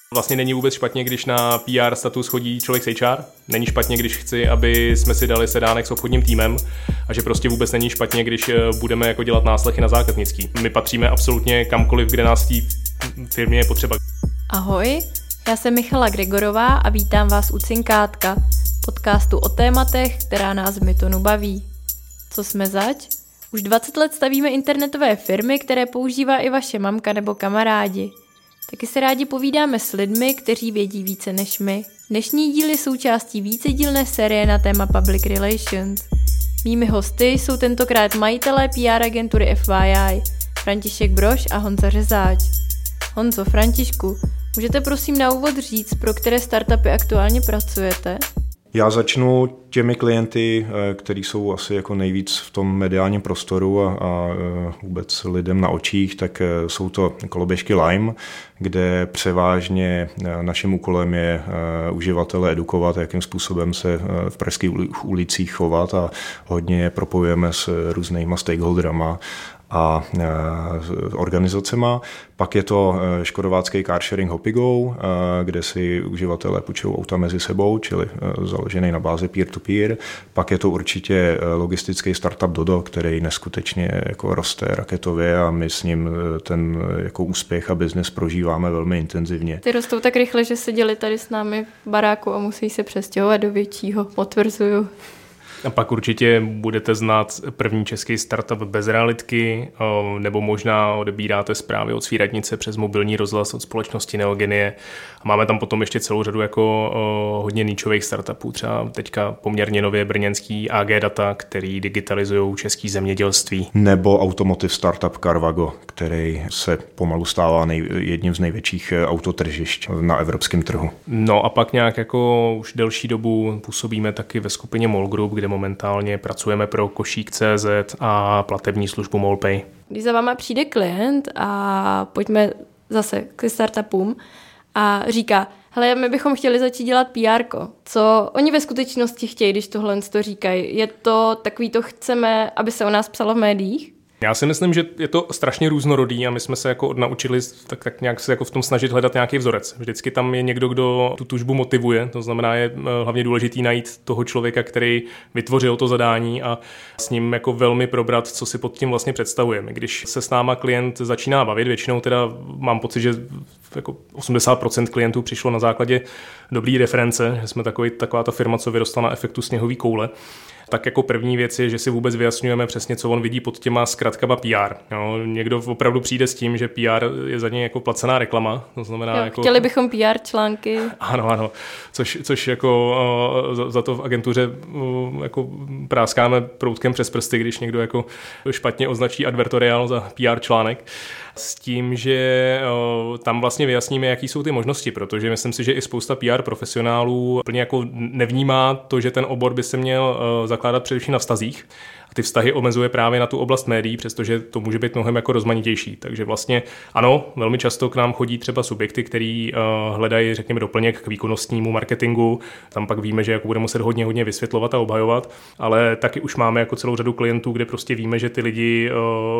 Vlastně není vůbec špatně, když na PR status chodí člověk z HR. Není špatně, když chci, aby jsme si dali sedánek s obchodním týmem a že prostě vůbec není špatně, když budeme jako dělat náslechy na zákaznický. My patříme absolutně kamkoliv, kde nás v té firmě je potřeba. Ahoj, já jsem Michala Gregorová a vítám vás u Cinkátka, podcastu o tématech, která nás v Mytonu baví. Co jsme zač? Už 20 let stavíme internetové firmy, které používá i vaše mamka nebo kamarádi. Taky se rádi povídáme s lidmi, kteří vědí více než my. Dnešní díl je součástí vícedílné série na téma Public Relations. Mými hosty jsou tentokrát majitelé PR agentury FYI, František Brož a Honza Řezáč. Honzo, Františku, můžete prosím na úvod říct, pro které startupy aktuálně pracujete? Já začnu těmi klienty, kteří jsou asi jako nejvíc v tom mediálním prostoru a vůbec lidem na očích, tak jsou to koloběžky Lime, kde převážně naším úkolem je uživatele edukovat, jakým způsobem se v pražských ulicích chovat a hodně je propojujeme s různýma stakeholderama a organizacema. Pak je to škodovácký carsharing Hopigo, kde si uživatelé půjčují auta mezi sebou, čili založený na bázi peer-to-peer. Pak je to určitě logistický startup Dodo, který neskutečně jako roste raketově a my s ním ten jako úspěch a biznes prožíváme velmi intenzivně. Ty rostou tak rychle, že seděli tady s námi v baráku a musí se přestěhovat do většího, potvrzuju. A pak určitě budete znát první český startup bez realitky, nebo možná odebíráte zprávy od Své radnice přes mobilní rozhlas od společnosti Neogenie. A máme tam potom ještě celou řadu jako hodně ničových startupů, třeba teďka poměrně nově brněnský AG Data, který digitalizují český zemědělství. Nebo automotive startup Carvago, který se pomalu stává jedním z největších autotržišť na evropském trhu. No a pak nějak jako už delší dobu působíme taky ve skupině MOL Group, kde momentálně pracujeme pro Košík.cz a platební službu MOLPay. Když za váma přijde klient a pojďme zase k startupům a říká, hele, my bychom chtěli začít dělat PR-ko. Co oni ve skutečnosti chtějí, když tohle to říkají? Je to takový to chceme, aby se o nás psalo v médiích? Já si myslím, že je to strašně různorodý a my jsme se jako odnaučili tak nějak se jako v tom snažit hledat nějaký vzorec. Vždycky tam je někdo, kdo tu tužbu motivuje, to znamená je hlavně důležitý najít toho člověka, který vytvořil to zadání a s ním jako velmi probrat, co si pod tím vlastně představujeme. Když se s náma klient začíná bavit, většinou teda mám pocit, že jako 80% klientů přišlo na základě dobrý reference, že jsme taková ta firma, co vyrostla na efektu sněhový koule. Tak jako první věc je, že si vůbec vyjasňujeme přesně, co on vidí pod těma zkratkama PR. Jo, někdo opravdu přijde s tím, že PR je za něj jako placená reklama. To znamená, jo, jako... Chtěli bychom PR články. Ano. Což jako za to v agentuře jako práskáme proutkem přes prsty, když někdo jako špatně označí advertoriál za PR článek. S tím, že tam vlastně vyjasníme, jaký jsou ty možnosti, protože myslím si, že i spousta PR profesionálů plně jako nevnímá to, že ten obor by se měl zakládat především na vztazích. A ty vztahy omezuje právě na tu oblast médií, přestože to může být mnohem jako rozmanitější. Takže vlastně ano, velmi často k nám chodí třeba subjekty, který hledají, řekněme, doplněk k výkonnostnímu marketingu. Tam pak víme, že jako budeme muset hodně vysvětlovat a obhajovat, ale taky už máme jako celou řadu klientů, kde prostě víme, že ty lidi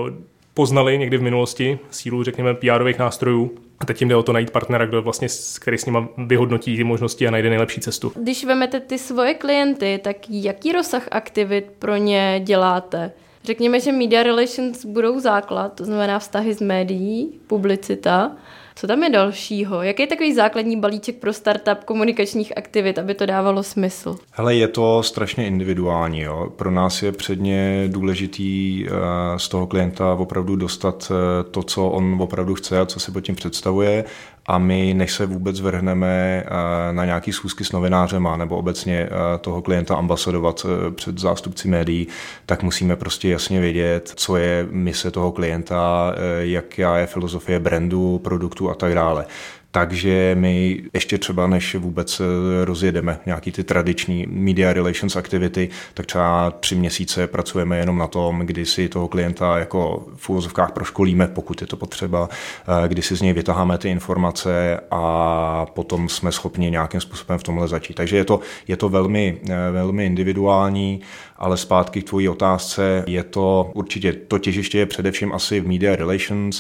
poznali někdy v minulosti sílu, řekněme, PR-ových nástrojů. A teď jim jde o to najít partnera, který s nima vyhodnotí ty možnosti a najde nejlepší cestu. Když vemete ty svoje klienty, tak jaký rozsah aktivit pro ně děláte? Řekněme, že media relations budou základ, to znamená vztahy s médií, publicita. Co tam je dalšího? Jaký je takový základní balíček pro startup komunikačních aktivit, aby to dávalo smysl? Hele, je to strašně individuální. Jo. Pro nás je předně důležitý z toho klienta opravdu dostat to, co on opravdu chce a co si pod tím představuje. A my, než se vůbec vrhneme na nějaký schůzky s novinářema nebo obecně toho klienta ambasadovat před zástupci médií, tak musíme prostě jasně vědět, co je mise toho klienta, jaká je filozofie brandu, produktu a tak dále. Takže my ještě třeba, než vůbec rozjedeme nějaký ty tradiční media relations activity, tak třeba 3 měsíce pracujeme jenom na tom, kdy si toho klienta jako v úvozovkách proškolíme, pokud je to potřeba, kdy si z něj vytaháme ty informace a potom jsme schopni nějakým způsobem v tomhle začít. Takže je to velmi, velmi individuální, ale zpátky k tvojí otázce, je to určitě, to těžiště je především asi v media relations,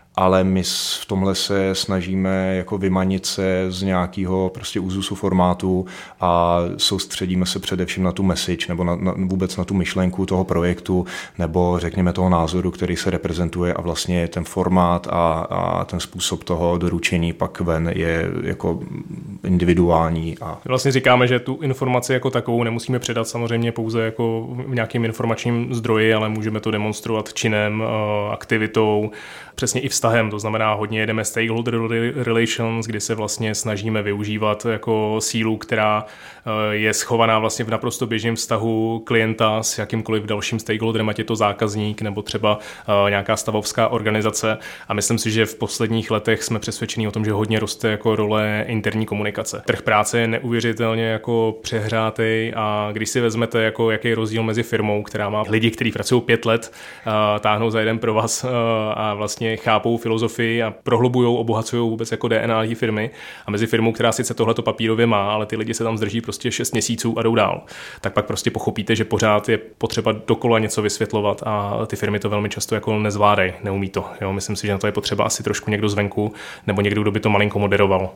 ale my v tomhle se snažíme jako vymanit se z nějakého prostě úzusu formátu a soustředíme se především na tu message nebo vůbec na tu myšlenku toho projektu nebo řekněme toho názoru, který se reprezentuje a vlastně ten formát a ten způsob toho doručení pak ven je jako individuální. Vlastně říkáme, že tu informaci jako takovou nemusíme předat samozřejmě pouze jako v nějakým informačním zdroji, ale můžeme to demonstrovat činem, aktivitou, přesně i vztahem, to znamená hodně jedeme stakeholder relations, kdy se vlastně snažíme využívat jako sílu, která je schovaná vlastně v naprosto běžném vztahu klienta s jakýmkoliv dalším stakeholderem, ať je to zákazník nebo třeba nějaká stavovská organizace a myslím si, že v posledních letech jsme přesvědčení o tom, že hodně roste jako role interní komunikace. Trh práce je neuvěřitelně jako přehrátej a když si vezmete jako jaký je rozdíl mezi firmou, která má lidi, kteří pracují 5 let, táhnou za jeden provaz a vlastně chápou filozofii a prohlubujou, obohacují vůbec jako DNA firmy a mezi firmou, která sice tohleto papírově má, ale ty lidi se tam zdrží prostě 6 měsíců a jdou dál, tak pak prostě pochopíte, že pořád je potřeba dokola něco vysvětlovat a ty firmy to velmi často jako nezvládají, neumí to. Jo? Myslím si, že na to je potřeba asi trošku někdo zvenku nebo někdo, kdo by to malinko moderoval.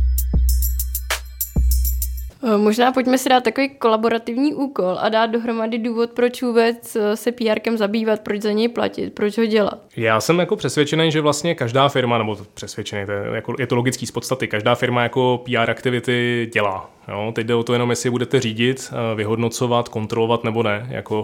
Možná pojďme si dát takový kolaborativní úkol a dát dohromady důvod, proč vůbec se PRkem zabývat, proč za něj platit, proč ho dělat. Já jsem jako přesvědčený, že vlastně každá firma, nebo přesvědčený, je to logický z podstaty, každá firma jako PR aktivity dělá. Jo? Teď jde o to jenom, jestli budete řídit, vyhodnocovat, kontrolovat nebo ne.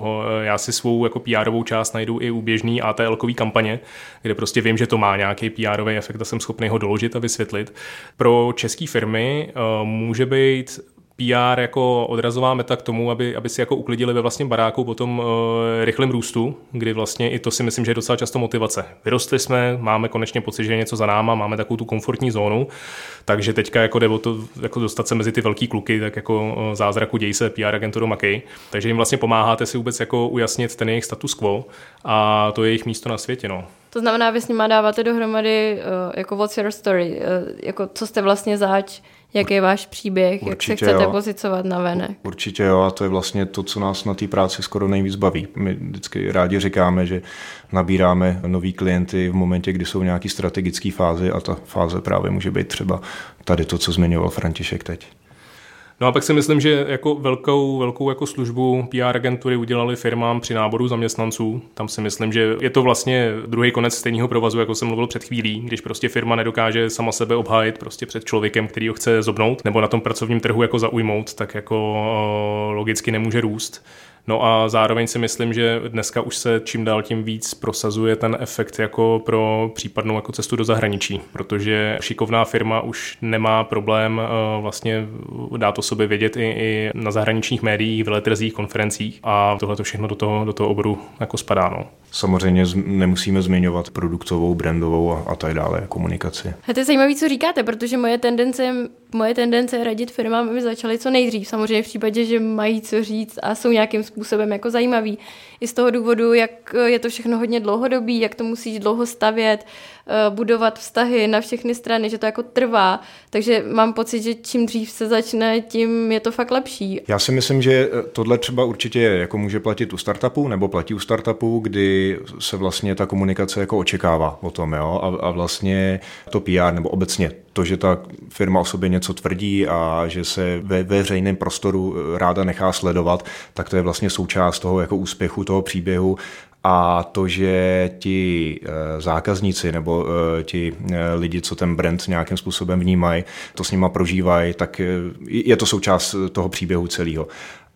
Já si svou jako PRovou část najdu i u běžný ATL-kový kampaně, kde prostě vím, že to má nějaký PRový efekt a jsem schopný ho doložit a vysvětlit. Pro české firmy může být PR jako odrazová meta k tomu, aby si jako uklidili ve vlastním baráku po tom rychlém růstu, kdy vlastně i to si myslím, že je docela často motivace. Vyrostli jsme, máme konečně pocit, že je něco za náma, máme takovou tu komfortní zónu, takže teďka jako jde o to jako dostat se mezi ty velký kluky, tak jako zázraku děj se PR agenturu Makej. Takže jim vlastně pomáháte si vůbec jako ujasnit ten jejich status quo a to je jejich místo na světě, no. To znamená, vy s nima dáváte dohromady jako what's your story, jako co jste vlastně zač, jaký je váš příběh, určitě jak se chcete pozicovat na venek. Určitě jo, a to je vlastně to, co nás na té práci skoro nejvíc baví. My vždycky rádi říkáme, že nabíráme nový klienty v momentě, kdy jsou v nějaký strategické fázi a ta fáze právě může být třeba tady to, co zmiňoval František teď. No a pak si myslím, že jako velkou jako službu PR agentury udělali firmám při náboru zaměstnanců. Tam si myslím, že je to vlastně druhý konec stejného provazu, jako jsem mluvil před chvílí, když prostě firma nedokáže sama sebe obhájit prostě před člověkem, který ho chce zobnout, nebo na tom pracovním trhu jako zaujmout, tak jako logicky nemůže růst. No a zároveň si myslím, že dneska už se čím dál tím víc prosazuje ten efekt jako pro případnou jako cestu do zahraničí, protože šikovná firma už nemá problém vlastně dát o sobě vědět i na zahraničních médiích, veletrzích, konferencích a tohle to všechno do toho oboru jako spadá. No. Samozřejmě nemusíme zmiňovat produktovou, brandovou a tak dále komunikaci. To je zajímavé, co říkáte, protože moje tendence je radit firmám, aby začaly co nejdřív. Samozřejmě v případě, že mají co říct a jsou nějakým způsobem jako zajímavý. I z toho důvodu, jak je to všechno hodně dlouhodobý, jak to musíš dlouho stavět, budovat vztahy na všechny strany, že to jako trvá. Takže mám pocit, že čím dřív se začne, tím je to fakt lepší. Já si myslím, že tohle třeba určitě jako může platit u startupů, nebo platí u startupů, kdy se vlastně ta komunikace jako očekává o tom, jo? A vlastně to PR, nebo obecně to, že ta firma o sobě něco tvrdí a že se ve veřejném prostoru ráda nechá sledovat, tak to je vlastně součást toho jako úspěchu, toho příběhu. A to, že ti zákazníci nebo ti lidi, co ten brand nějakým způsobem vnímají, to s nima prožívají, tak je to součást toho příběhu celého.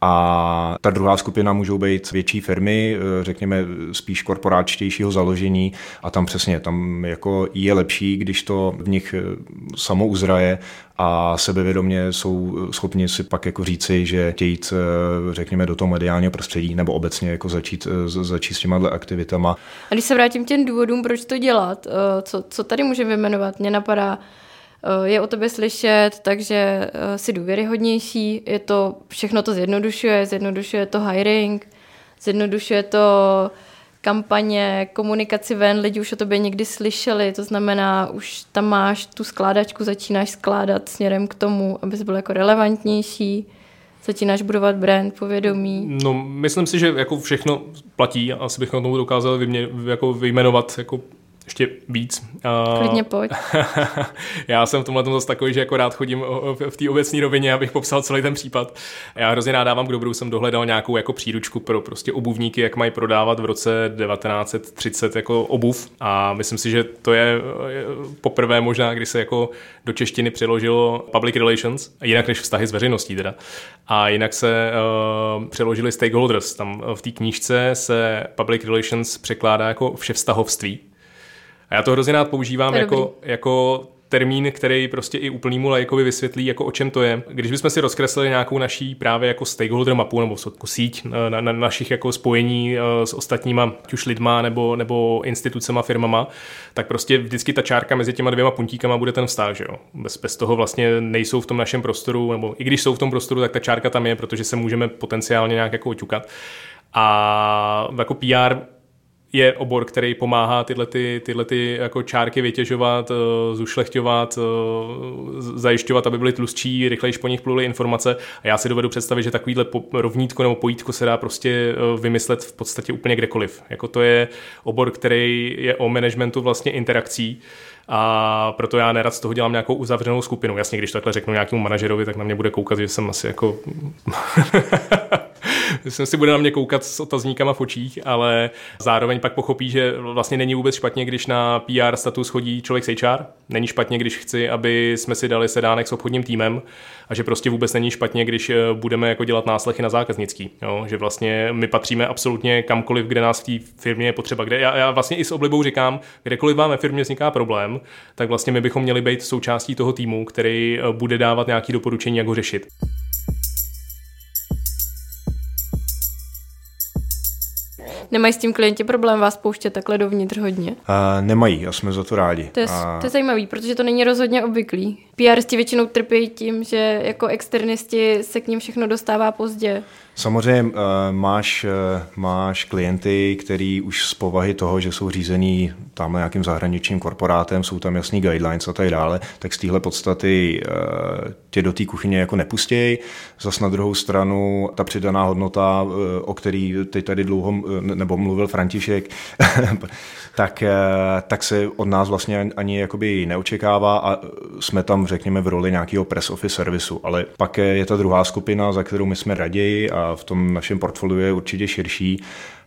A ta druhá skupina můžou být větší firmy, řekněme spíš korporátštějšího založení a tam přesně, tam jako je lepší, když to v nich samo uzraje a sebevědomě jsou schopni si pak jako říci, že chtějí, řekněme, do toho mediálního prostředí nebo obecně jako začít s těma aktivitama. A když se vrátím k těm důvodům, proč to dělat, co tady můžeme vyjmenovat? Mně napadá, je o tobě slyšet, takže si důvěryhodnější, je to, všechno to zjednodušuje to hiring, zjednodušuje to kampaně, komunikaci ven, lidi už o tobě někdy slyšeli, to znamená, už tam máš tu skládačku, začínáš skládat směrem k tomu, abys byl jako relevantnější, začínáš budovat brand, povědomí. No, myslím si, že jako všechno platí, asi bychom tomu dokázali vyjmenovat jako ještě víc. Klidně pojď. Já jsem v tomhle zase takový, že jako rád chodím v té obecné rovině, abych popsal celý ten případ. Já hrozně rád dávám k dobru, jsem dohledal nějakou jako příručku pro prostě obuvníky, jak mají prodávat v roce 1930 jako obuv, a myslím si, že to je poprvé možná, kdy se jako do češtiny přeložilo public relations, jinak než vztahy s veřejností teda. A jinak se přeložili stakeholders. Tam v té knížce se public relations překládá jako vševztahovství. A já to hrozně rád používám jako termín, který prostě i úplnému laikovi vysvětlí, jako o čem to je. Když bychom si rozkreslili nějakou naší právě jako stakeholder mapu nebo síť na našich jako spojení s ostatníma, ať už lidma nebo institucema, firmama, tak prostě vždycky ta čárka mezi těma dvěma puntíkama bude ten vztah, že jo. Bez toho vlastně nejsou v tom našem prostoru, nebo i když jsou v tom prostoru, tak ta čárka tam je, protože se můžeme potenciálně nějak jako oťukat. A jako PR je obor, který pomáhá tyhle jako čárky vytěžovat, zušlechťovat, zajišťovat, aby byly tlustší, rychlejš po nich pluly informace. A já si dovedu představit, že takovýhle rovnítko nebo pojítko se dá prostě vymyslet v podstatě úplně kdekoliv. Jako to je obor, který je o managementu vlastně interakcí. A proto já nerad z toho dělám nějakou uzavřenou skupinu. Jasně, když to takhle řeknu nějakému manažerovi, tak na mě bude koukat, že jsem asi jako... Myslím si, bude na mě koukat s otazníkama v očích, ale zároveň pak pochopí, že vlastně není vůbec špatně, když na PR status chodí člověk z HR. Není špatně, když chci, aby jsme si dali sedánek s obchodním týmem, a že prostě vůbec není špatně, když budeme jako dělat náslechy na zákaznický. Jo? Že vlastně my patříme absolutně kamkoliv, kde nás v té firmě je potřeba. Kde já vlastně i s oblibou říkám, kdekoliv vám ve firmě vzniká problém, tak vlastně my bychom měli být součástí toho týmu, který bude dávat nějaké doporučení, jak ho řešit. Nemají s tím klienti problém vás pouštět takhle dovnitř hodně? Nemají a jsme za to rádi. To je zajímavý, protože to není rozhodně obvyklý. PRisti většinou trpí tím, že jako externisti se k ním všechno dostává pozdě. Samozřejmě máš klienty, který už z povahy toho, že jsou řízený tam nějakým zahraničním korporátem, jsou tam jasný guidelines a tak dále, tak z téhle podstaty tě do té kuchyně jako nepustěj. Zas na druhou stranu ta přidaná hodnota, o který teď tady dlouho nebo mluvil František, tak se od nás vlastně ani jakoby neočekává a jsme tam, řekněme, v roli nějakého press office servisu, ale pak je ta druhá skupina, za kterou my jsme raději a v tom našem portfoliu je určitě širší.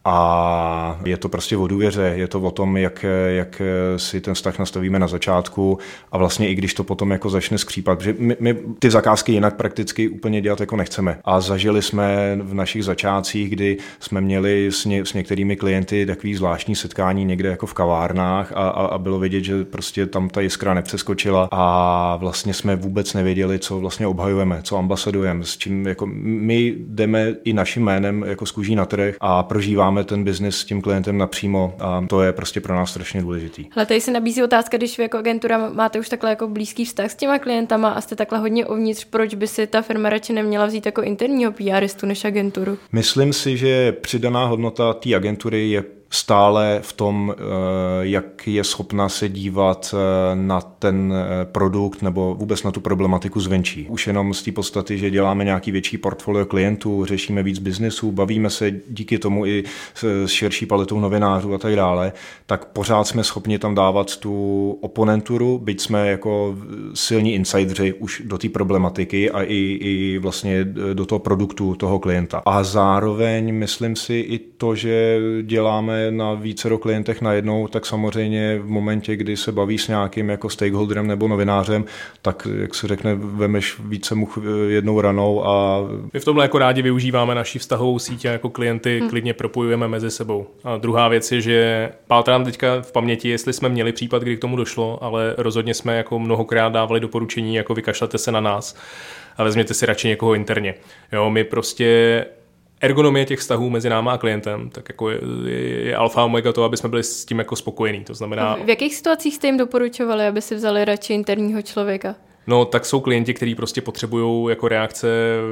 A je to prostě o důvěře, je to o tom, jak si ten vztah nastavíme na začátku a vlastně i když to potom jako začne skřípat, protože my ty zakázky jinak prakticky úplně dělat jako nechceme. A zažili jsme v našich začátcích, kdy jsme měli s některými klienty takový zvláštní setkání někde jako v kavárnách a bylo vidět, že prostě tam ta jiskra nepřeskočila a vlastně jsme vůbec nevěděli, co vlastně obhajujeme, co ambasadujeme, s čím jako my jdeme i naším jménem jako z kůží na trh a prožíváme ten biznis s tím klientem napřímo a to je prostě pro nás strašně důležitý. Ale tady se nabízí otázka, když vy jako agentura máte už takhle jako blízký vztah s těma klientama a jste takhle hodně uvnitř, proč by si ta firma radši neměla vzít jako interního PRistu než agenturu? Myslím si, že přidaná hodnota té agentury je stále v tom, jak je schopna se dívat na ten produkt nebo vůbec na tu problematiku zvenčí. Už jenom z té podstaty, že děláme nějaký větší portfolio klientů, řešíme víc biznesů, bavíme se díky tomu i s širší paletou novinářů a tak dále, tak pořád jsme schopni tam dávat tu oponenturu, byť jsme jako silní insideri už do té problematiky a i vlastně do toho produktu toho klienta. A zároveň myslím si i to, že děláme na vícero klientech najednou, tak samozřejmě v momentě, kdy se baví s nějakým jako stakeholderem nebo novinářem, tak, jak se řekne, vemeš více much jednou ranou a... My v tomhle jako rádi využíváme naši vztahovou síť a jako klienty klidně propojujeme mezi sebou. A druhá věc je, že pátrám teďka v paměti, jestli jsme měli případ, kdy k tomu došlo, ale rozhodně jsme jako mnohokrát dávali doporučení, jako vykašlete se na nás a vezměte si radši někoho interně. Jo, my prostě ergonomie těch vztahů mezi náma a klientem, tak jako je alfa a omega to, aby jsme byli s tím jako spokojení. To znamená... V jakých situacích jste jim doporučovali, aby si vzali radši interního člověka? No, tak jsou klienti, kteří prostě potřebují jako reakce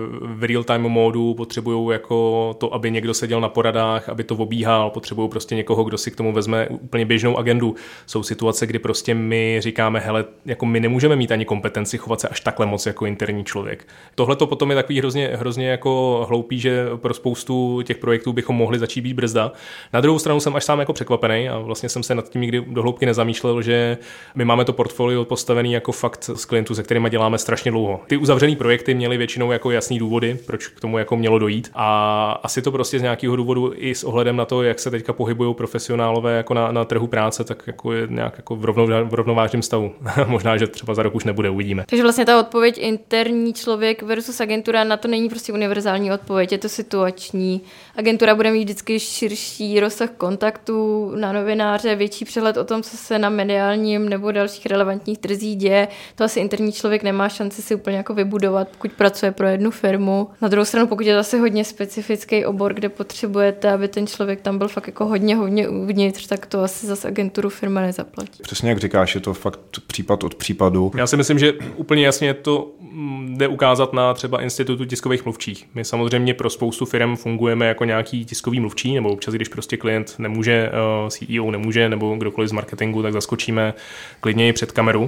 v real-time módu, potřebují jako to, aby někdo seděl na poradách, aby to obíhal, potřebují prostě někoho, kdo si k tomu vezme úplně běžnou agendu. Jsou situace, kdy prostě my říkáme, hele, jako my nemůžeme mít ani kompetenci chovat se až takhle moc jako interní člověk. Tohle to potom je takový hrozně jako hloupý, že pro spoustu těch projektů bychom mohli začít být brzda. Na druhou stranu jsem až sám jako překvapený a vlastně jsem se nad tím nikdy do hloubky nezamýšlel, že my máme to portfolio postavený jako fakt z klientů, se kterými děláme strašně dlouho. Ty uzavřené projekty měly většinou jako jasný důvody, proč k tomu jako mělo dojít. A asi to prostě z nějakého důvodu i s ohledem na to, jak se teďka pohybují profesionálové jako na trhu práce, tak jako je nějak jako v rovnovážném stavu. Možná, že třeba za rok už nebude, uvidíme. Takže vlastně ta odpověď interní člověk versus agentura, na to není prostě univerzální odpověď, je to situační. Agentura bude mít vždycky širší rozsah kontaktů na novináře, větší přehled o tom, co se na mediálním nebo dalších relevantních trzích děje. To asi interní člověk nemá šanci si úplně jako vybudovat, pokud pracuje pro jednu firmu. Na druhou stranu, pokud je zase hodně specifický obor, kde potřebujete, aby ten člověk tam byl fakt jako hodně uvnitř, tak to asi zase agenturu firma nezaplatí. Přesně jak říkáš, je to fakt případ od případu. Já si myslím, že úplně jasně to jde ukázat na třeba Institutu tiskových mluvčích. My samozřejmě pro spoustu firm fungujeme jako nějaký tiskový mluvčí, nebo občas, když prostě klient nemůže, CEO nemůže, nebo kdokoliv z marketingu, tak zaskočíme klidně i před kameru.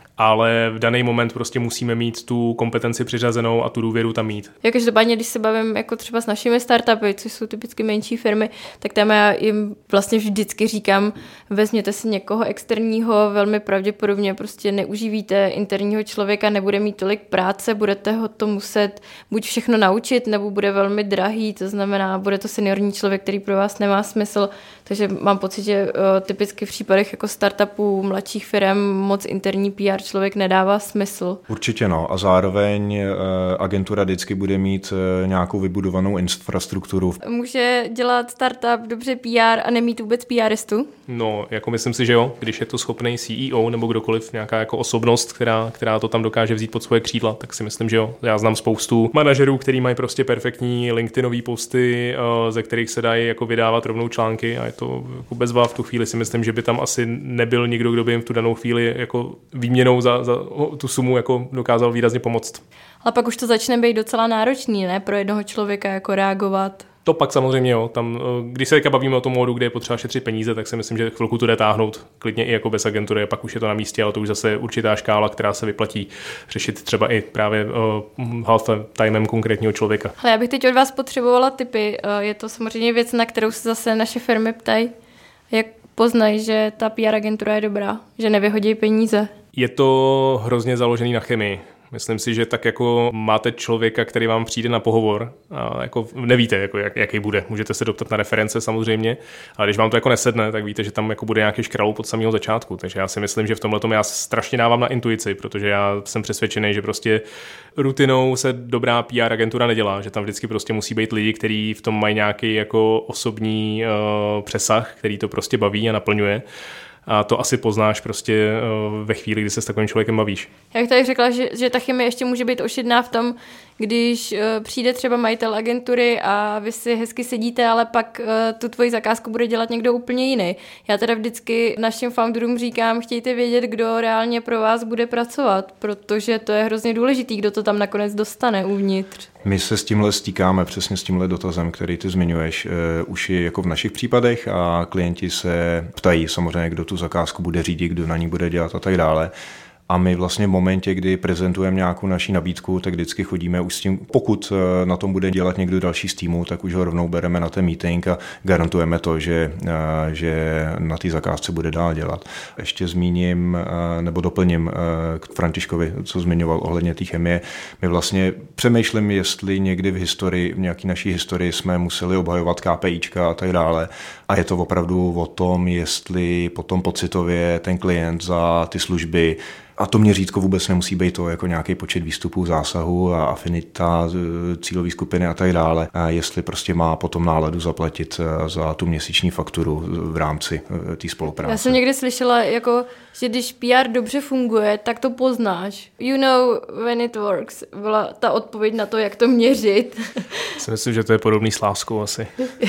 Ale v daný moment prostě musíme mít tu kompetenci přiřazenou a tu důvěru tam mít. Každopádně, když se bavím jako třeba s našimi startupy, což jsou typicky menší firmy, tak tam já jim vlastně vždycky říkám, vezměte si někoho externího, velmi pravděpodobně prostě neuživíte interního člověka, nebude mít tolik práce, budete ho to muset buď všechno naučit, nebo bude velmi drahý, to znamená, bude to seniorní člověk, který pro vás nemá smysl. Takže mám pocit, že typicky v případech jako startupů, mladších firm moc interní PR člověk nedává smysl. Určitě no a zároveň agentura vždycky bude mít nějakou vybudovanou infrastrukturu. Může dělat startup dobře PR a nemít vůbec PRistu? No, jako myslím si, že jo, když je to schopný CEO nebo kdokoliv, nějaká jako osobnost, která to tam dokáže vzít pod svoje křídla, tak si myslím, že jo. Já znám spoustu manažerů, kteří mají prostě perfektní LinkedInové posty, ze kterých se dají jako vydávat rovnou články a je to jako bezva. V tu chvíli si myslím, že by tam asi nebyl nikdo, kdo by jim v tu danou chvíli jako výměnou za tu sumu jako dokázal výrazně pomoct. Ale pak už to začne být docela náročný, ne? Pro jednoho člověka jako reagovat. To pak samozřejmě jo. Tam, když se bavíme o tom módu, kde je potřeba šetřit peníze, tak si myslím, že chvilku to jde táhnout klidně i jako bez agentury, a pak už je to na místě, ale to už zase určitá škála, která se vyplatí řešit třeba i právě half timem konkrétního člověka. Ale já bych teď od vás potřebovala tipy. Je to samozřejmě věc, na kterou se zase naše firmy ptají. Jak poznají, že ta PR agentura je dobrá, že nevyhodí peníze? Je to hrozně založený na chemii. Myslím si, že tak jako máte člověka, který vám přijde na pohovor a jako nevíte, jako jaký bude. Můžete se doptat na reference samozřejmě, ale když vám to jako nesedne, tak víte, že tam jako bude nějaký škraloup od samého začátku. Takže já si myslím, že v tomhletom já strašně dávám na intuici, protože já jsem přesvědčený, že prostě rutinou se dobrá PR agentura nedělá, že tam vždycky prostě musí být lidi, kteří v tom mají nějaký jako osobní přesah, který to prostě baví a naplňuje. A to asi poznáš prostě ve chvíli, kdy se s takovým člověkem bavíš. Já bych tady řekla, že ta chemie ještě může být ošidná v tom, když přijde třeba majitel agentury a vy si hezky sedíte, ale pak tu tvoji zakázku bude dělat někdo úplně jiný. Já teda vždycky našim founderům říkám, chtějte vědět, kdo reálně pro vás bude pracovat, protože to je hrozně důležitý, kdo to tam nakonec dostane uvnitř. My se s tímhle stýkáme, přesně s tímhle dotazem, který ty zmiňuješ, už i jako v našich případech a klienti se ptají samozřejmě, kdo tu zakázku bude řídit, kdo na ní bude dělat a tak dále. A my vlastně v momentě, kdy prezentujeme nějakou naši nabídku, tak vždycky chodíme už s tím, pokud na tom bude dělat někdo další z týmu, tak už ho rovnou bereme na ten meeting a garantujeme to, že na té zakázce bude dál dělat. Ještě zmíním, nebo doplním k Františkovi, co zmiňoval ohledně té chemie. My vlastně přemýšlím, jestli někdy v historii, v nějaké naší historii jsme museli obhajovat KPIčka a tak dále. A je to opravdu o tom, jestli potom pocitově ten klient za ty služby, a to měřítko vůbec nemusí být to jako nějaký počet výstupů, zásahu a afinita cílové skupiny a tak dále. A jestli prostě má potom náladu zaplatit za tu měsíční fakturu v rámci té spolupráce. Já jsem někdy slyšela, jako, že když PR dobře funguje, tak to poznáš. You know when it works. Byla ta odpověď na to, jak to měřit. Myslím, že to je podobný s láskou asi.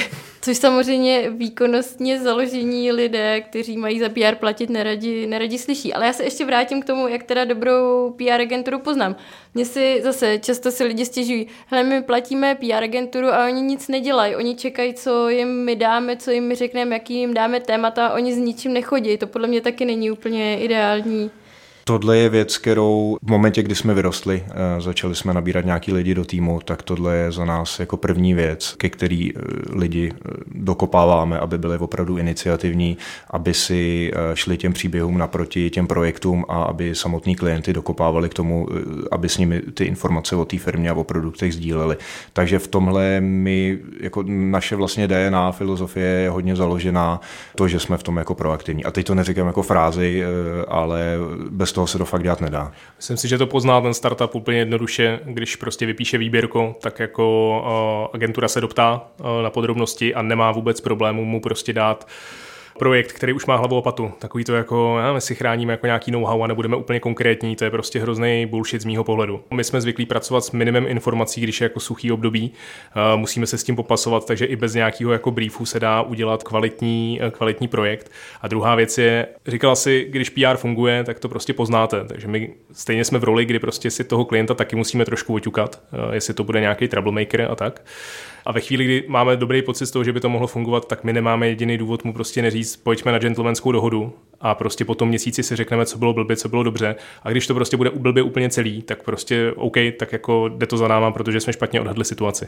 Což samozřejmě výkonnostně založení lidé, kteří mají za PR platit, neradi slyší. Ale já se ještě vrátím k tomu, jak teda dobrou PR agenturu poznám. Mně si zase často si lidi stěžují, hele, my platíme PR agenturu a oni nic nedělají. Oni čekají, co jim my dáme, co jim my řekneme, jaký jim dáme témata a oni s ničím nechodí. To podle mě taky není úplně ideální. Tohle je věc, kterou v momentě, kdy jsme vyrostli, začali jsme nabírat nějaký lidi do týmu, tak tohle je za nás jako první věc, ke který lidi dokopáváme, aby byli opravdu iniciativní, aby si šli těm příběhům naproti těm projektům a aby samotní klienty dokopávali k tomu, aby s nimi ty informace o té firmě a o produktech sdíleli. Takže v tomhle my, jako naše vlastně DNA, filozofie je hodně založená to, že jsme v tom jako proaktivní. A teď to neříkám jako frázi, ale bez toho se to fakt dělat nedá. Myslím si, že to pozná ten startup úplně jednoduše, když prostě vypíše výběrku, tak jako agentura se doptá na podrobnosti a nemá vůbec problému mu prostě dát projekt, který už má hlavu a patu. Takový to jako, my si chráníme jako nějaký know-how a nebudeme úplně konkrétní, to je prostě hrozný bullshit z mýho pohledu. My jsme zvyklí pracovat s minimem informací, když je jako suchý období, musíme se s tím popasovat, takže i bez nějakého jako briefu se dá udělat kvalitní projekt. A druhá věc je, říkala si, když PR funguje, tak to prostě poznáte, takže my stejně jsme v roli, kdy prostě si toho klienta taky musíme trošku oťukat, jestli to bude nějaký troublemaker a tak. A ve chvíli, kdy máme dobrý pocit z toho, že by to mohlo fungovat, tak my nemáme jediný důvod mu prostě neříct, pojďme na gentlemanskou dohodu a prostě po tom měsíci si řekneme, co bylo blbě, co bylo dobře. A když to prostě bude blbě úplně celý, tak prostě OK, tak jako jde to za náma, protože jsme špatně odhadli situaci.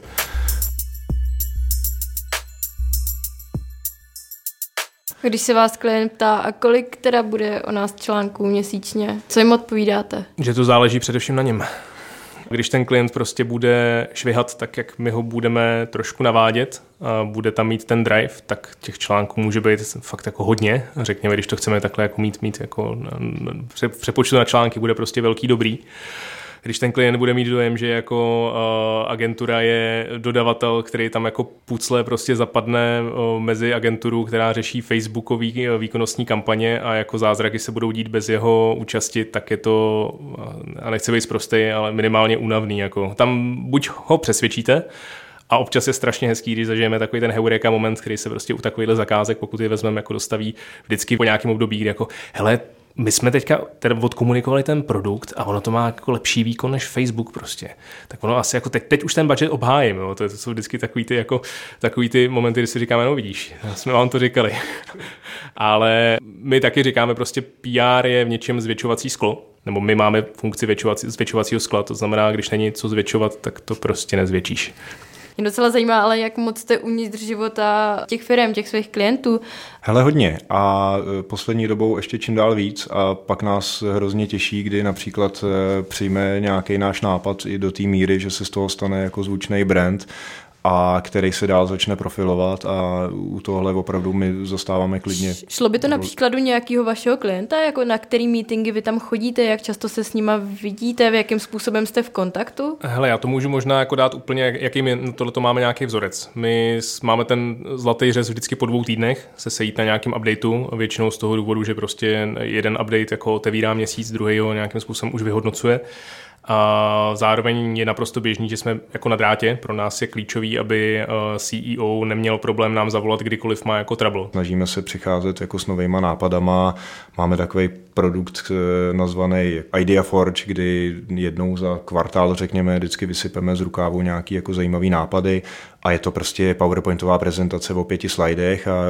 Když se vás klient ptá, a kolik teda bude o nás článků měsíčně, co jim odpovídáte? Že to záleží především na něm. Když ten klient prostě bude švihat tak, jak my ho budeme trošku navádět a bude tam mít ten drive, tak těch článků může být fakt jako hodně. Řekněme, když to chceme takhle jako mít jako přepočtu na články, bude prostě velký dobrý. Když ten klient bude mít dojem, že jako agentura je dodavatel, který tam jako pucle prostě zapadne mezi agenturu, která řeší facebookový výkonnostní kampaně a jako zázraky se budou dít bez jeho účasti, tak je to, a nechci být sprostej, ale minimálně únavný. Jako. Tam buď ho přesvědčíte, a občas je strašně hezký, když zažijeme takový ten heureka moment, který se prostě u takovýchhle zakázek, pokud je vezmeme, jako dostaví vždycky po nějakém období, kdy jako hele, my jsme teďka odkomunikovali ten produkt a ono to má jako lepší výkon než Facebook prostě. Tak ono asi jako teď už ten budget obhájím, jo? To jsou vždycky takový ty momenty, kdy si říkáme, no vidíš, jsme vám to říkali. Ale my taky říkáme prostě PR je v něčem zvětšovací sklo, nebo my máme funkci zvětšovacího skla, to znamená, když není co zvětšovat, tak to prostě nezvětšíš. Mě docela zajímá, ale jak moc jste uvnitř života těch firem, těch svých klientů? Hele, hodně a poslední dobou ještě čím dál víc a pak nás hrozně těší, kdy například přijme nějaký náš nápad i do té míry, že se z toho stane jako zvučný brand, a který se dál začne profilovat a u tohle opravdu my zastáváme klidně. Šlo by to na příkladu nějakého vašeho klienta, jako na který meetingy vy tam chodíte, jak často se s nima vidíte, v jakým způsobem jste v kontaktu? Hele, já to můžu možná jako dát úplně, tohleto máme nějaký vzorec. My máme ten zlatý řez vždycky po 2 týdnech se sejít na nějakém updateu, většinou z toho důvodu, že prostě jeden update jako otevírá měsíc, druhý ho nějakým způsobem už vyhodnocuje. A zároveň je naprosto běžný, že jsme jako na drátě. Pro nás je klíčový, aby CEO neměl problém nám zavolat, kdykoliv má jako trouble. Snažíme se přicházet jako s novýma nápadama. Máme takový produkt nazvaný Idea Forge, kdy jednou za kvartál, řekněme, vždycky vysypeme z rukávu nějaký jako zajímavý nápady a je to prostě PowerPointová prezentace o 5 slajdech a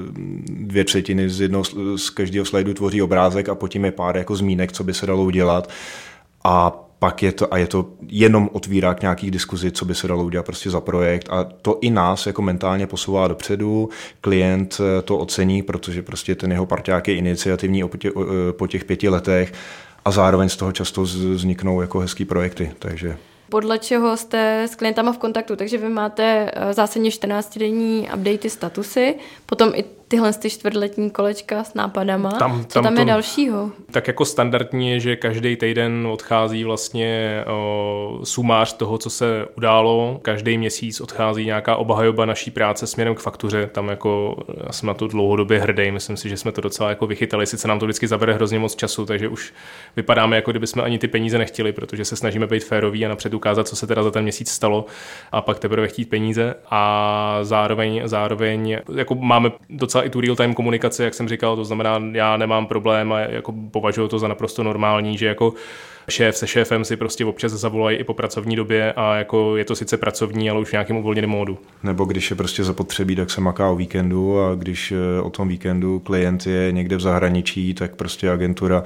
2/3 z každého slajdu tvoří obrázek a potom je pár jako zmínek, co by se dalo udělat. A pak je to jenom otvírá k nějakých diskuzi, co by se dalo udělat prostě za projekt a to i nás jako mentálně posouvá dopředu. Klient to ocení, protože prostě ten jeho parťák je iniciativní po těch 5 letech a zároveň z toho často vzniknou jako hezký projekty, takže... Podle čeho jste s klientama v kontaktu, takže vy máte zásadně 14denní updaty statusy, potom i tyhle čtvrtletní kolečka s nápadama. Co tam je dalšího? Tak jako standardní je, že každý týden odchází vlastně sumář toho, co se událo. Každý měsíc odchází nějaká obhajoba naší práce směrem k faktuře. Tam jako já jsem na to dlouhodobě hrdý. Myslím si, že jsme to docela jako vychytali. Sice nám to vždycky zabere hrozně moc času, takže už vypadáme, jako kdyby jsme ani ty peníze nechtěli, protože se snažíme být féroví a napřed ukázat, co se teda za ten měsíc stalo a pak teprve chtít peníze. A zároveň jako máme docela i tu real-time komunikaci, jak jsem říkal, to znamená, já nemám problém a jako považuji to za naprosto normální, že jako šéf se šéfem si prostě občas zavolají i po pracovní době a jako je to sice pracovní, ale už v nějakém uvolněném módu. Nebo když je prostě zapotřebí, tak se maká o víkendu a když o tom víkendu klient je někde v zahraničí, tak prostě agentura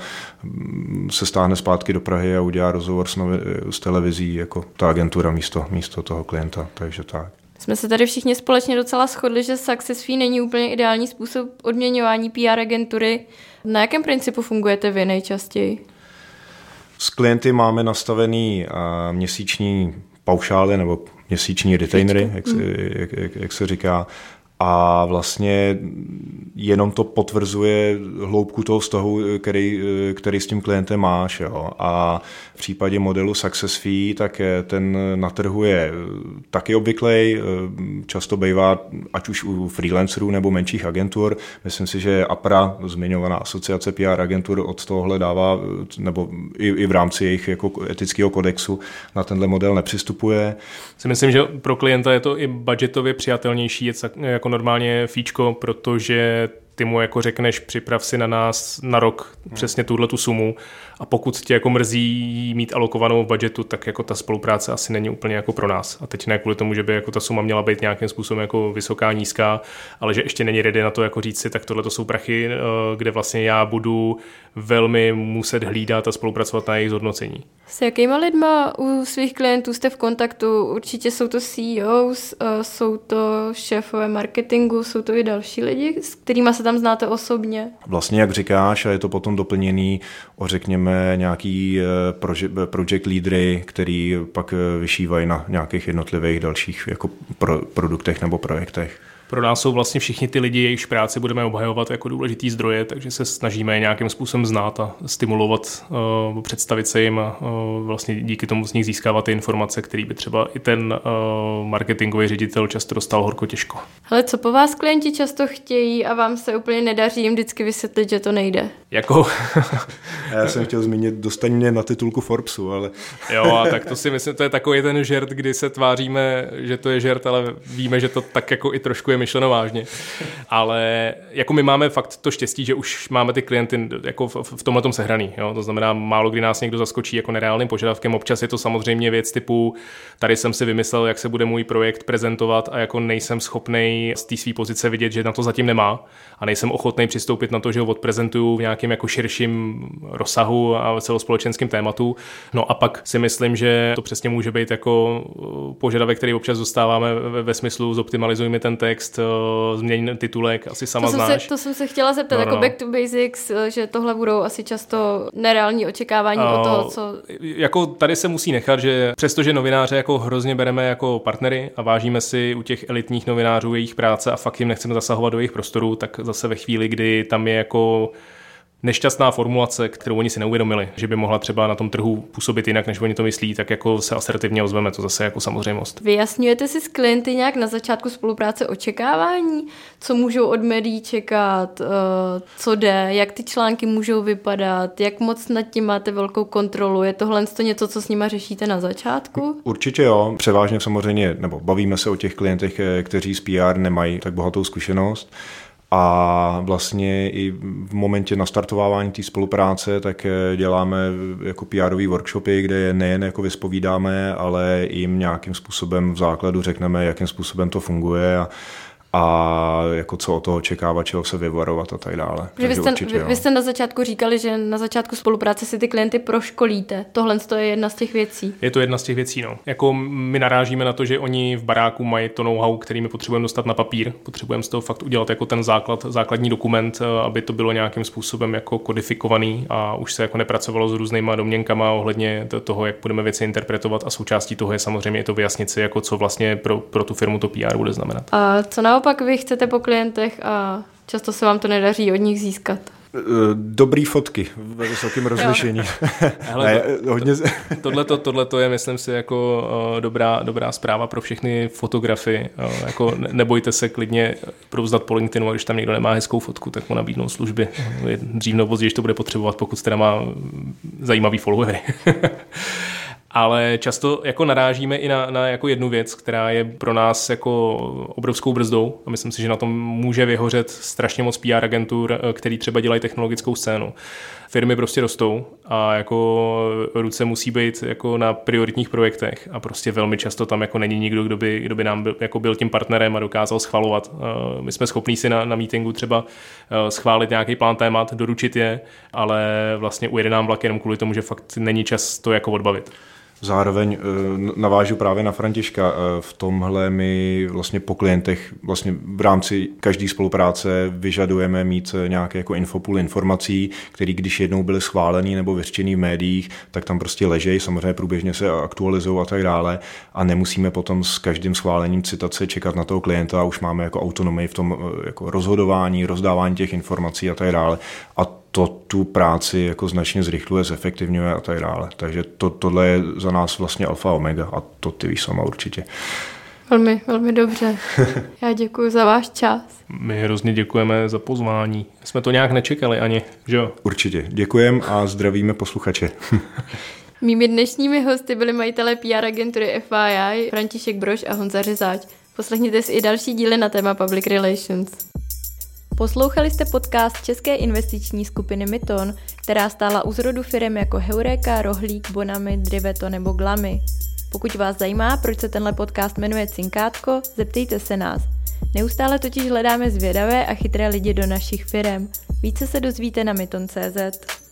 se stáhne zpátky do Prahy a udělá rozhovor s televizí, jako ta agentura místo toho klienta, takže tak. Jsme se tady všichni společně docela shodli, že success fee není úplně ideální způsob odměňování PR agentury. Na jakém principu fungujete vy nejčastěji? S klienty máme nastavený měsíční paušály nebo měsíční retainery, jak se říká. A vlastně jenom to potvrzuje hloubku toho vztahu, který s tím klientem máš. Jo. A v případě modelu Success Fee, tak ten na trhu je taky obvyklej, často bývá ať už u freelancerů nebo menších agentur. Myslím si, že APRA, zmiňovaná asociace PR agentur, od tohohle dává, nebo i v rámci jejich jako etického kodexu na tenhle model nepřistupuje. Myslím, že pro klienta je to i budgetově přijatelnější, jako normálně fíčko, protože ty mu jako řekneš, připrav si na nás na rok přesně tuhletu sumu a pokud tě jako mrzí mít alokovanou v budgetu, tak jako ta spolupráce asi není úplně jako pro nás. A teď ne kvůli tomu, že by jako ta suma měla být nějakým způsobem jako vysoká, nízká, ale že ještě není ready na to jako říct si, tak tohle to jsou prachy, kde vlastně já budu velmi muset hlídat a spolupracovat na jejich zhodnocení. S jakýma lidma u svých klientů jste v kontaktu? Určitě jsou to CEOs, jsou to šéfové marketingu, jsou to i další lidi, s kterými se tam znáte osobně? Vlastně, jak říkáš, a je to potom doplněný o, řekněme, nějaký project leadery, který pak vyšívají na nějakých jednotlivých dalších jako produktech nebo projektech. Pro nás jsou vlastně všichni ty lidi, jejichž práci budeme obhajovat jako důležitý zdroje, takže se snažíme je nějakým způsobem znát a stimulovat, představit se jim a vlastně díky tomu z nich získávat ty informace, které by třeba i ten marketingový ředitel často dostal horko těžko. Hele, co po vás klienti často chtějí a vám se úplně nedaří jim vždycky vysvětlit, že to nejde? Jako? Já jsem chtěl zmínit, dostaň mě na titulku Forbesu, ale... Jo, a tak to si myslím, to je takový ten žert, kdy se tváříme, že to je žert, ale víme, že to tak jako i trošku je myšleno vážně. Ale jako my máme fakt to štěstí, že už máme ty klienty jako v tomhletom sehraný. Jo? To znamená, málo kdy nás někdo zaskočí jako nereálným požadavkem. Občas je to samozřejmě věc typu, tady jsem si vymyslel, jak se bude můj projekt prezentovat a jako nejsem schopnej z té své pozice vidět, že na to zatím nemá a nejsem ochotnej přistoupit na to, že ho odprezentuju v nějakém jako širším rozsahu a celospolečenským tématu. No a pak si myslím, že to přesně může být jako požadavek, který občas dostáváme ve smyslu zoptimalizuj mi ten text, změň titulek, asi sama znáš. To jsem se chtěla zeptat, jako back to basics, že tohle budou asi často nereální očekávání od toho, co... Jako tady se musí nechat, že přestože novináře jako hrozně bereme jako partnery a vážíme si u těch elitních novinářů jejich práce a fakt jim nechceme zasahovat do jejich prostorů, tak zase ve chvíli, kdy tam je jako nešťastná formulace, kterou oni si neuvědomili, že by mohla třeba na tom trhu působit jinak, než oni to myslí, tak jako se asertivně ozveme, to zase jako samozřejmost. Vyjasňujete si s klienty nějak na začátku spolupráce očekávání, co můžou od médií čekat, co jde, jak ty články můžou vypadat, jak moc nad tím máte velkou kontrolu, je tohle něco, co s nima řešíte na začátku? Určitě jo, převážně samozřejmě, nebo bavíme se o těch klientech, kteří z PR nemají tak bohatou zkušenost. A vlastně i v momentě nastartovávání té spolupráce tak děláme jako PR-ový workshopy, kde je nejen jako vyspovídáme, ale jim nějakým způsobem v základu řekneme, jakým způsobem to funguje a jako co od toho očekávat, čeho se vyvarovat a tak dále. Vy jste na začátku říkali, že na začátku spolupráce si ty klienty proškolíte. Tohle je jedna z těch věcí. Je to jedna z těch věcí, no. Jako my narážíme na to, že oni v baráku mají to know-how, který my potřebujeme dostat na papír. Potřebujeme z toho fakt udělat jako ten základní dokument, aby to bylo nějakým způsobem jako kodifikovaný a už se jako nepracovalo s různýma domněnkama ohledně toho, jak budeme věci interpretovat a součástí toho je samozřejmě i to vyjasnit si, jako co vlastně pro tu firmu to PR bude znamenat. A co naopak vy chcete po klientech a Často se vám to nedaří od nich získat. Dobrý fotky ve vysokém rozlišení. Tohle je, myslím si, jako dobrá zpráva pro všechny fotografy. Jako nebojte se klidně prouznat po LinkedInu, a když tam někdo nemá hezkou fotku, tak mu nabídnou služby. Dřív nebo později to bude potřebovat, pokud teda má zajímavý followery. Ale často jako narážíme i na jako jednu věc, která je pro nás jako obrovskou brzdou a myslím si, že na tom může vyhořet strašně moc PR agentur, který třeba dělají technologickou scénu. Firmy prostě rostou a jako ruce musí být jako na prioritních projektech a prostě velmi často tam jako není nikdo, kdo by nám byl tím partnerem a dokázal schvalovat. My jsme schopní si na meetingu třeba schválit nějaký plán témat, doručit je, ale vlastně ujede nám vlak jenom kvůli tomu, že fakt není čas to jako odbavit. Zároveň navážu právě na Františka. V tomhle my vlastně po klientech vlastně v rámci každé spolupráce vyžadujeme mít nějaké jako infopool informací, které když jednou byly schválený nebo vyřčený v médiích, tak tam prostě ležejí, samozřejmě průběžně se aktualizují a tak dále a nemusíme potom s každým schválením citace čekat na toho klienta a už máme jako autonomii v tom jako rozhodování, rozdávání těch informací a tak dále. A to tu práci jako značně zrychluje, zefektivňuje a tak dále. Takže tohle je za nás vlastně alfa omega a to ty víš sama určitě. Velmi, velmi dobře. Já děkuji za váš čas. My hrozně děkujeme za pozvání. Jsme to nějak nečekali ani, že jo? Určitě. Děkujeme a zdravíme posluchače. Mými dnešními hosty byli majitelé PR agentury FYI, František Brož a Honza Řezáč. Poslechněte si i další díly na téma Public Relations. Poslouchali jste podcast české investiční skupiny Myton, která stála u zrodu firem jako Heureka, Rohlík, Bonami, Driveto nebo Glamy. Pokud vás zajímá, proč se tenhle podcast jmenuje Cinkátko, zeptejte se nás. Neustále totiž hledáme zvědavé a chytré lidi do našich firem. Více se dozvíte na myton.cz.